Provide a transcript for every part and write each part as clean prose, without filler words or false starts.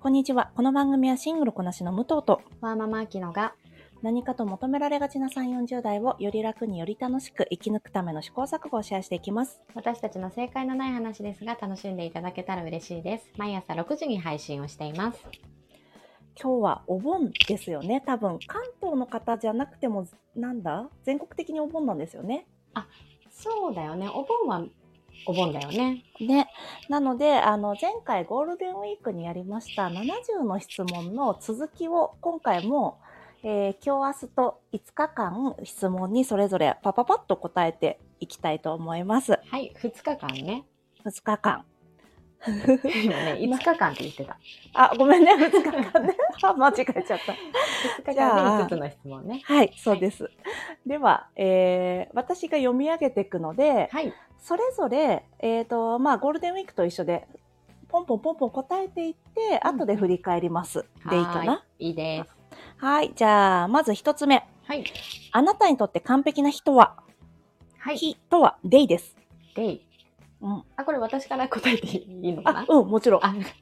こんにちは。この番組はシングルこなしの武藤とワーママアキノが何かと求められがちな3、40代をより楽により楽しく生き抜くための試行錯誤をシェアしていきます。 私たちの正解のない話ですが楽しんでいただけたら嬉しいです。毎朝6時に配信をしています。 今日はお盆ですよね。多分関東の方じゃなくても全国的にお盆なんですよね。 そうだよね。お盆はお盆だよね。 ね。なので、前回ゴールデンウィークにやりました70の質問の続きを今回も、今日明日と5日間質問にそれぞれパパパッと答えていきたいと思います。 はい、2日間ね。 2日間。 今ね、5日間って言ってた。 あ、ごめんね、2日間ね。間違えちゃった。 2日間で5つの質問ね。 はい、そうです。では、私が読み上げていくので、 はい。 それぞれ、ゴールデンウィークと一緒で、ポンポンポンポン答えていって、後で振り返ります。でいいかな？ いいです。 はい、じゃあ、まず一つ目。 はい。 あなたにとって完璧な人は、 はい。 日とはデイです。 デイ。 うん。 これ私から答えていいのかな？ もちろん。 完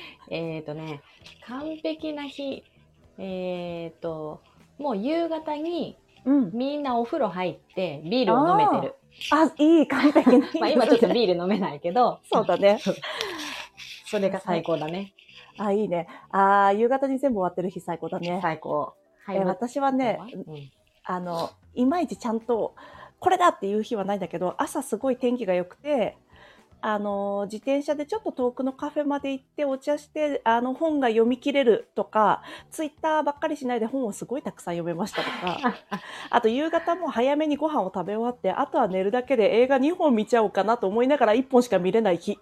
璧な日。もう夕方に、みんなお風呂入ってビールを飲めてる。 いい、完璧な。 今ちょっとビール飲めないけど。 そうだね。 それが最高だね。 いいね。夕方に全部終わってる日最高だね。 最高。 はい、私はね、いまいちちゃんと、これだっていう日はないんだけど、朝すごい天気が良くて、自転車でちょっと遠くのカフェまで行ってお茶して、本が読み切れるとか、ツイッターばっかりしないで本をすごいたくさん読めましたとか、あと夕方も早めにご飯を食べ終わって、あとは寝るだけで映画2本見ちゃおうかなと思いながら1本しか見れない日。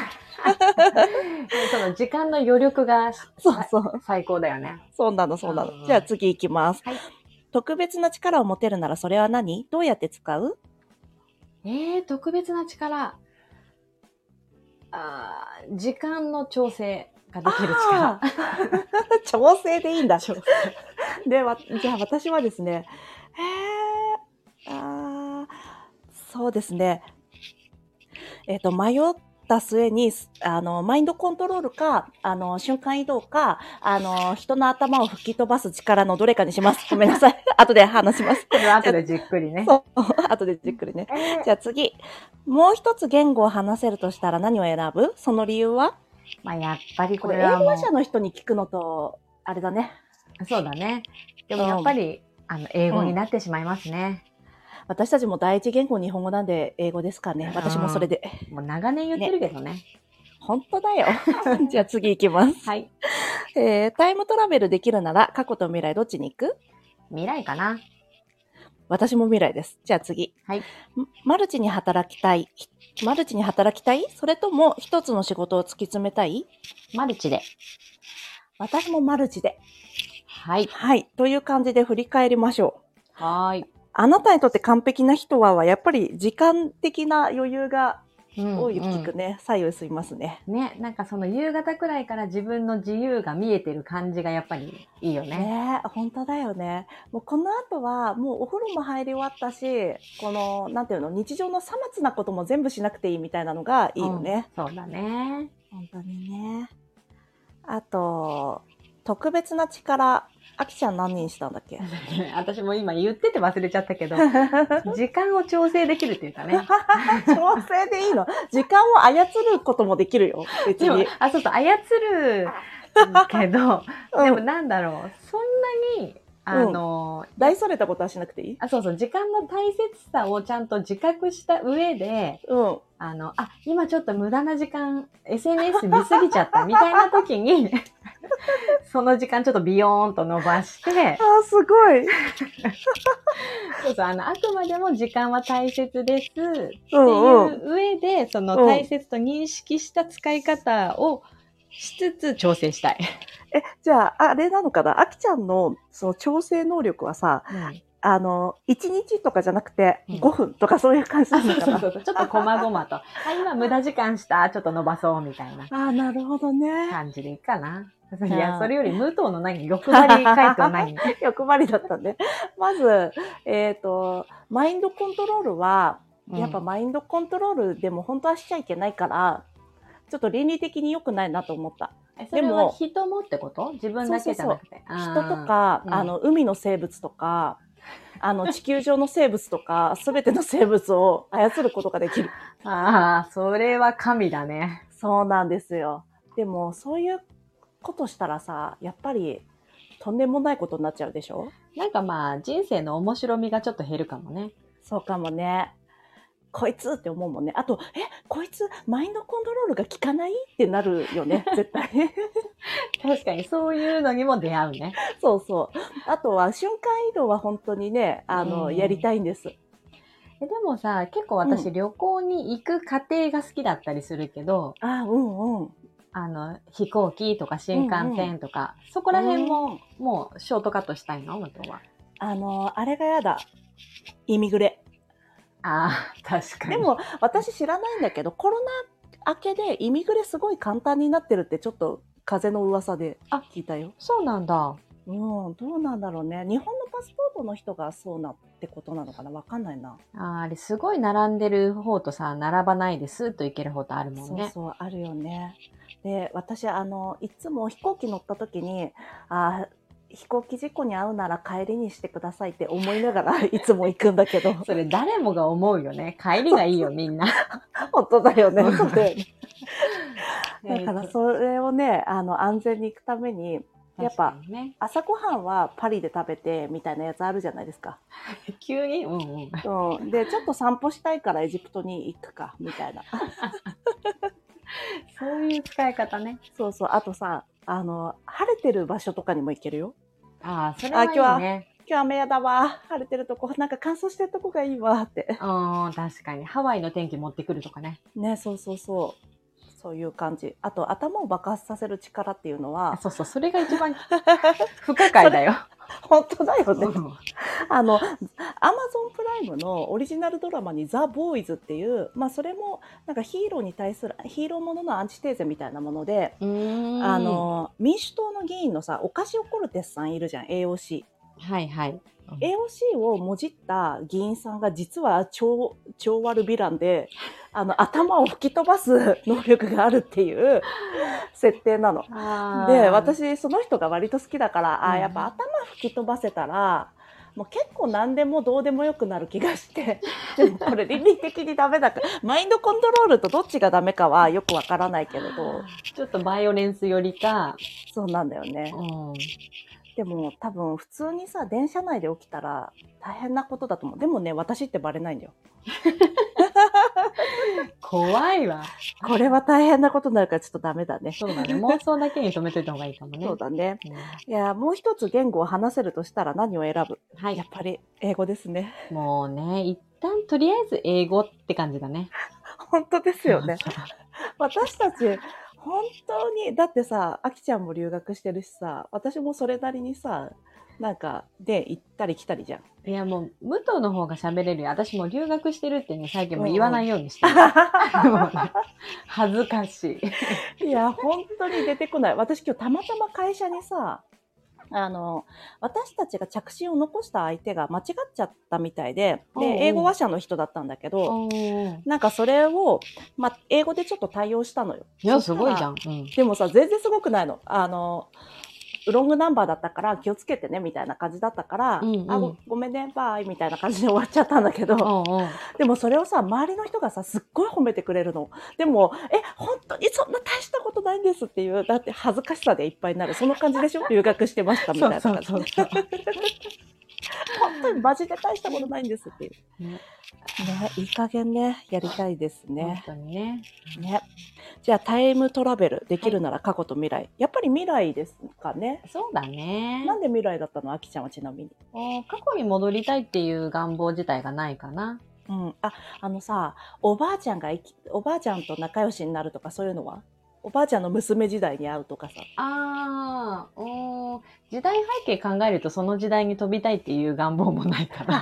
その時間の余力がそう最高だよね。 そうなの。じゃあ次行きます。 はい。 特別な力を持てるならそれは何？どうやって使う？ 特別な力。時間の調整ができる力。 調整でいいんだ。調整。じゃあ私はですね、そうですね。迷った末に、マインドコントロールか、瞬間移動か、人の頭を吹き飛ばす力のどれかにします。ごめんなさい。後で話します。 これは後でじっくりね。 そう。後でじっくりね。じゃあ次。もう一つ言語を話せるとしたら何を選ぶ？その理由は？ やっぱりこれ英語者の人に聞くのと、あれだね。 そうだね。でもやっぱり、英語になってしまいますね。 私たちも第一言語日本語なんで英語ですかね。私もそれで。 もう長年言ってるけどね。 本当だよ。じゃあ次行きます。 はい。 タイムトラベルできるなら過去と未来どっちに行く？ 未来かな。 私も未来です。じゃあ次。 はい。 マルチに働きたい？それとも一つの仕事を突き詰めたい？ マルチで。 私もマルチで。 はい。 はい。という感じで振り返りましょう。はい。 あなたにとって完璧な人はやっぱり時間的な余裕が多い聞くね。左右しますね。 ね。なんかその夕方くらいから自分の自由が見えてる感じがやっぱりいいよね。 ね、本当だよね。もうこの後はもうお風呂も入り終わったし、この、日常のさまつなことも全部しなくていいみたいなのがいいよね。 そうだね。 本当にね。あと、特別な力、あきちゃん何人したんだっけ？ 私も今言ってて忘れちゃったけど、時間を調整できるっていうかね。 調整でいいの？時間を操ることもできるよ、別に。 そう、操るけど、でもなんだろう、そんなに、 大それたことはしなくていい？ そう、時間の大切さをちゃんと自覚した上で、今ちょっと無駄な時間、SNS 見すぎちゃったみたいな時に、その時間ちょっとビヨーンと伸ばして、 すごい。 あくまでも時間は大切ですっていう上で、その大切と認識した使い方をしつつ調整したい。 じゃあ、あれなのかな？あきちゃんのその調整能力はさ、1日とかじゃなくて5分とかそういう感じなのかな？ そう。ちょっと細々と。今無駄時間した、ちょっと伸ばそうみたいな。 なるほどね。 感じでいいかな。いや、それより武藤の欲張り回答何？ 欲張りだったね。まず、マインドコントロールは、やっぱマインドコントロールでも本当はしちゃいけないから、ちょっと倫理的に良くないなと思った。 それは人もってこと？自分だけじゃなくて。 人とか、海の生物とか、地球上の生物とか、すべての生物を操ることができる。 ああ、それは神だね。 そうなんですよ。でも、そういうことしたらさ、やっぱり、とんでもないことになっちゃうでしょ？ なんかまあ、人生の面白みがちょっと減るかもね。 そうかもね。こいつって思うもんね。あと、こいつマインドコントロールが効かないってなるよね、絶対。 確かにそういうのにも出会うね。 そうそう。あとは瞬間移動は本当にね、やりたいんです。 でもさ、結構私、旅行に行く過程が好きだったりするけど、飛行機とか新幹線とか、そこら辺ももうショートカットしたいの？元は。 あれがやだ。イミグレ。 ああ、確かに。 でも、私知らないんだけど、コロナ明けでイミグレすごい簡単になってるってちょっと風の噂で聞いたよ。 そうなんだ。 どうなんだろうね。日本のパスポートの人がそうなってことなのかな？わかんないな。 あれすごい並んでる方とさ、並ばないでスーッと行ける方とあるもんね。 そう、あるよね。で、私、いつも飛行機乗った時に、飛行機事故に遭うなら帰りにしてくださいって思いながらいつも行くんだけど。 それ誰もが思うよね。帰りがいいよ、みんな。 本当だよね。そうだよね。だからそれをね、安全に行くために、やっぱ、朝ごはんはパリで食べてみたいなやつあるじゃないですか。 急にで、ちょっと散歩したいからエジプトに行くか、みたいな。 そういう使い方ね。 そう。あとさ、晴れてる場所とかにも行けるよ。 ああ、それはいいね。 今日雨やだわ。晴れてるとこ、なんか乾燥してるとこがいいわって。 確かに。ハワイの天気持ってくるとかね。 ね、そう。そういう感じ。あと、頭を爆発させる力っていうのは。 そう、それが一番不可解だよ。 本当だよね。アマゾンプライムのオリジナルドラマにザ・ボーイズっていう、それもなんかヒーローに対するヒーローもののアンチテーゼみたいなもので、民主党の議員のさ、オカシオ・コルテスさんいるじゃん、AOC。 はいはい。 AOC をもじった議員さんが実は超悪ヴィランで、頭を吹き飛ばす能力があるっていう設定なの。で、私、その人が割と好きだから、やっぱ頭吹き飛ばせたら、もう結構何でもどうでもよくなる気がして、でもこれ倫理的にダメだから、マインドコントロールとどっちがダメかはよくわからないけれど。 ちょっとバイオレンスよりか。 そうなんだよね。でも多分普通にさ、電車内で起きたら大変なことだと思う。でもね、私ってバレないんだよ。 怖いわ。 これは大変なことになるからちょっとダメだね。 そうだね。妄想だけに止めといた方がいいかもね。 そうだね。いや、もう一つ言語を話せるとしたら何を選ぶ？ はい。 やっぱり英語ですね。 もうね、一旦とりあえず英語って感じだね。 本当ですよね。私たち、本当に、だってさ、あきちゃんも留学してるしさ、私もそれなりにさ、なんか、で、行ったり来たりじゃん。 いや、もう、武藤の方が喋れるよ。私も留学してるってね、最近も言わないようにしてる。恥ずかしい。いや、本当に出てこない。私今日たまたま会社にさ、私たちが着信を残した相手が間違っちゃったみたいで、英語話者の人だったんだけど、なんかそれを、英語でちょっと対応したのよ。 いや、すごいじゃん。 でもさ、全然すごくないの。ロングナンバーだったから気をつけてねみたいな感じだったから、ごめんね、バイみたいな感じで終わっちゃったんだけど、でもそれをさ、周りの人がさ、すっごい褒めてくれるの。でも、本当にそんな大したことないんですっていう、だって恥ずかしさでいっぱいになる。その感じでしょ？留学してましたみたいな感じ。本当にマジで大したことないんですっていう。ね、いい加減ね、やりたいですね。 本当にね。 じゃあタイムトラベルできるなら過去と未来。やっぱり未来ですかね。 そうだね。 なんで未来だったの？あきちゃんはちなみに。 過去に戻りたいっていう願望自体がないかな。 さ、おばあちゃんと仲良しになるとかそういうのは？おばあちゃんの娘時代に会うとかさ。 時代背景考えるとその時代に飛びたいっていう願望もないから。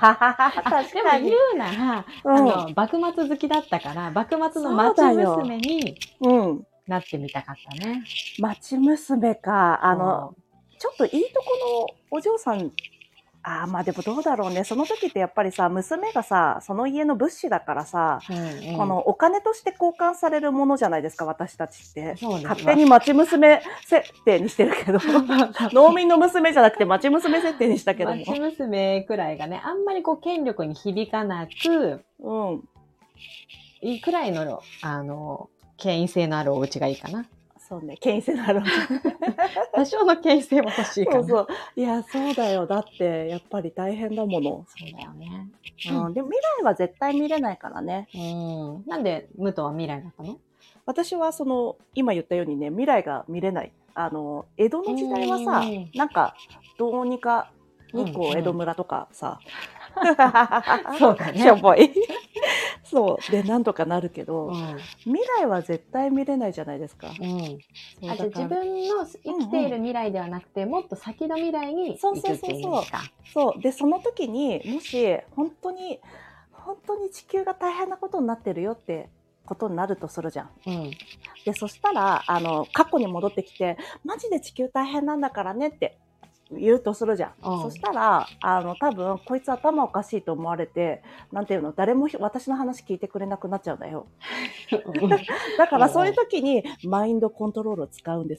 でも言うなら、幕末好きだったから、幕末の町娘になってみたかったね。 町娘か。ちょっといいとこのお嬢さんまあでもどうだろうね。その時ってやっぱりさ、娘がさ、その家の物資だからさ、このお金として交換されるものじゃないですか、私たちって。勝手に町娘設定にしてるけど、農民の娘じゃなくて町娘設定にしたけども。 町娘くらいがね、あんまりこう権力に響かなく、いいくらいの、権威性のあるお家がいいかな。 そうね、権威性のある。 多少の権威性も欲しいかな。 そう。いや、そうだよ。だって、やっぱり大変だもの。 そうだよね。 でも未来は絶対見れないからね。 なんで、武藤は未来だったの？ 私は今言ったようにね、未来が見れない。江戸の時代はさ、なんか、どうにか、日光江戸村とかさ、 そうだね。 しょぼい。そう。で、なんとかなるけど、未来は絶対見れないじゃないですか。 じゃあ自分の生きている未来ではなくて、もっと先の未来に行くっていう意味ですか。 そう。で、その時に、もし、本当に地球が大変なことになってるよってことになるとするじゃん。で、そしたら、過去に戻ってきて、マジで地球大変なんだからねって言うとするじゃん。そしたら、多分、こいつ頭おかしいと思われて、なんていうの、誰も私の話聞いてくれなくなっちゃうんだよ。だから、そういう時に、マインドコントロールを使うんです。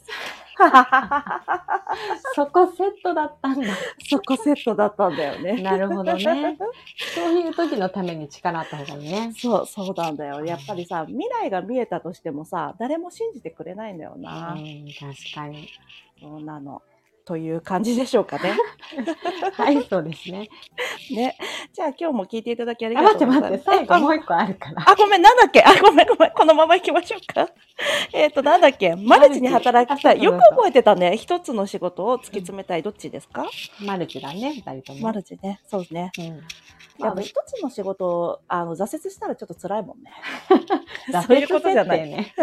そこセットだったんだ。 そこセットだったんだよね。 なるほどね。そういう時のために力あった方がいいね。 そうなんだよ。やっぱりさ、未来が見えたとしてもさ、誰も信じてくれないんだよな。 確かに。 そうなの。という感じでしょうかね。 はい、そうですね。 ね。じゃあ今日も聞いていただきありがとうございます。 待って、最後もう一個あるから。 ごめん、なんだっけごめん。このまま行きましょうか。なんだっけマルチに働きたい。よく覚えてたね。一つの仕事を突き詰めたい。どっちですか？ マルチだね、二人とも。 マルチね。そうですね。やっぱ一つの仕事を挫折したらちょっと辛いもんね。そういうことじゃないね。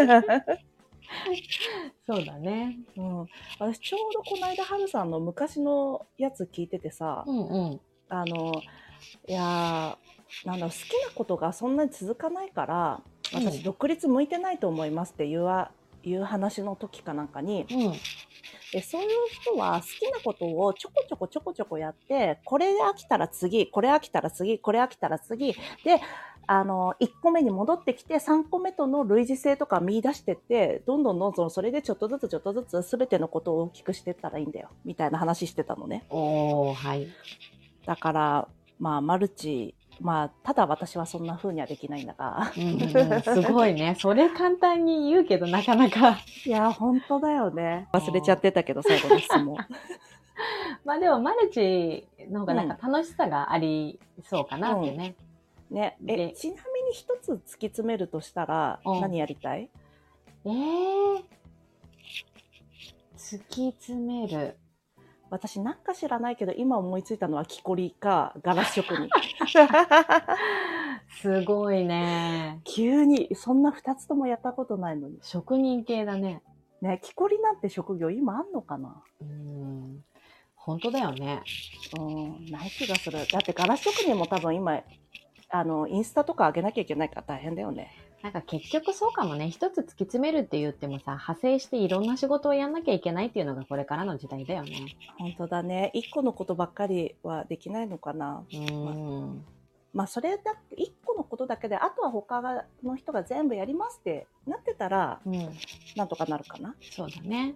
そうだね。 私ちょうどこの間、はるさんの昔のやつ聞いててさ、いや好きなことがそんなに続かないから、私独立向いてないと思いますっていう話の時かなんかに、そういう人は好きなことをちょこちょこやって、これ飽きたら次、これ飽きたら次、これ飽きたら次で、1個目に戻ってきて3個目との類似性とか見出してって、どんどんそれでちょっとずつ全てのことを大きくしていったらいいんだよみたいな話してたのね。 はい。 だからマルチ、ただ私はそんな風にはできないんだが、 すごいね。それ簡単に言うけどなかなか。 いや本当だよね。忘れちゃってたけど最後の質問。 でもマルチの方がなんか楽しさがありそうかなってね。 ね、ちなみに一つ突き詰めるとしたら、何やりたい？ 突き詰める。 私なんか知らないけど、今思いついたのは木こりかガラス職人。 すごいね。 急に、そんな2つともやったことないのに。 職人系だね。 ね、木こりなんて職業今あんのかな？ 本当だよね。 ない気がする。だってガラス職人も多分今、インスタとか上げなきゃいけないから大変だよね。 なんか結局そうかもね。一つ突き詰めるって言ってもさ、派生していろんな仕事をやんなきゃいけないっていうのがこれからの時代だよね。 本当だね。一個のことばっかりはできないのかな。それだけ一個のことだけで、あとは他の人が全部やりますってなってたら、なんとかなるかな。 そうだね。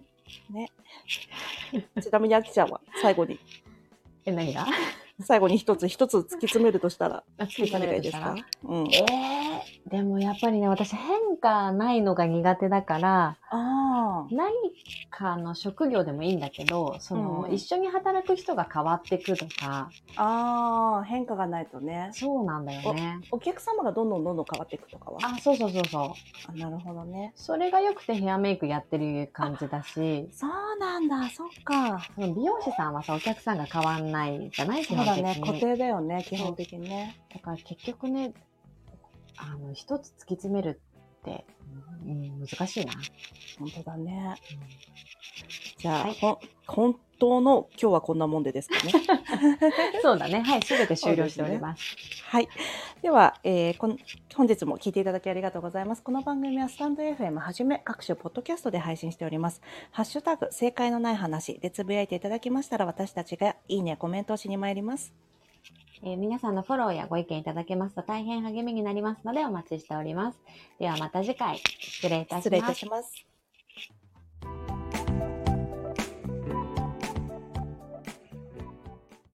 ちなみにあきちゃんは最後に。 何が？ 最後に一つ突き詰めるとしたら何がいいですか？ でもやっぱりね、私変化ないのが苦手だから、何かの職業でもいいんだけど、一緒に働く人が変わってくとか。 変化がないとね。 そうなんだよね。 お客様がどんどん変わっていくとかは？ そう。 なるほどね。 それがよくてヘアメイクやってる感じだし。 そうなんだ、そっか。 美容師さんはさ、お客さんが変わんないじゃない？ そうだね、固定だよね、基本的にね。 だから結局ね、一つ突き詰めるって、難しいな。 本当だね。じゃあ、本当の今日はこんなもんでですかね。 そうだね。はい、すべて終了しております。 はい。 では、本日も聞いていただきありがとうございます。この番組はスタンド FM はじめ各種ポッドキャストで配信しております。ハッシュタグ正解のない話でつぶやいていただきましたら、私たちがいいね、コメントをしに参ります。 皆さんのフォローやご意見いただけますと大変励みになりますのでお待ちしております。ではまた次回、失礼いたします。 失礼いたします。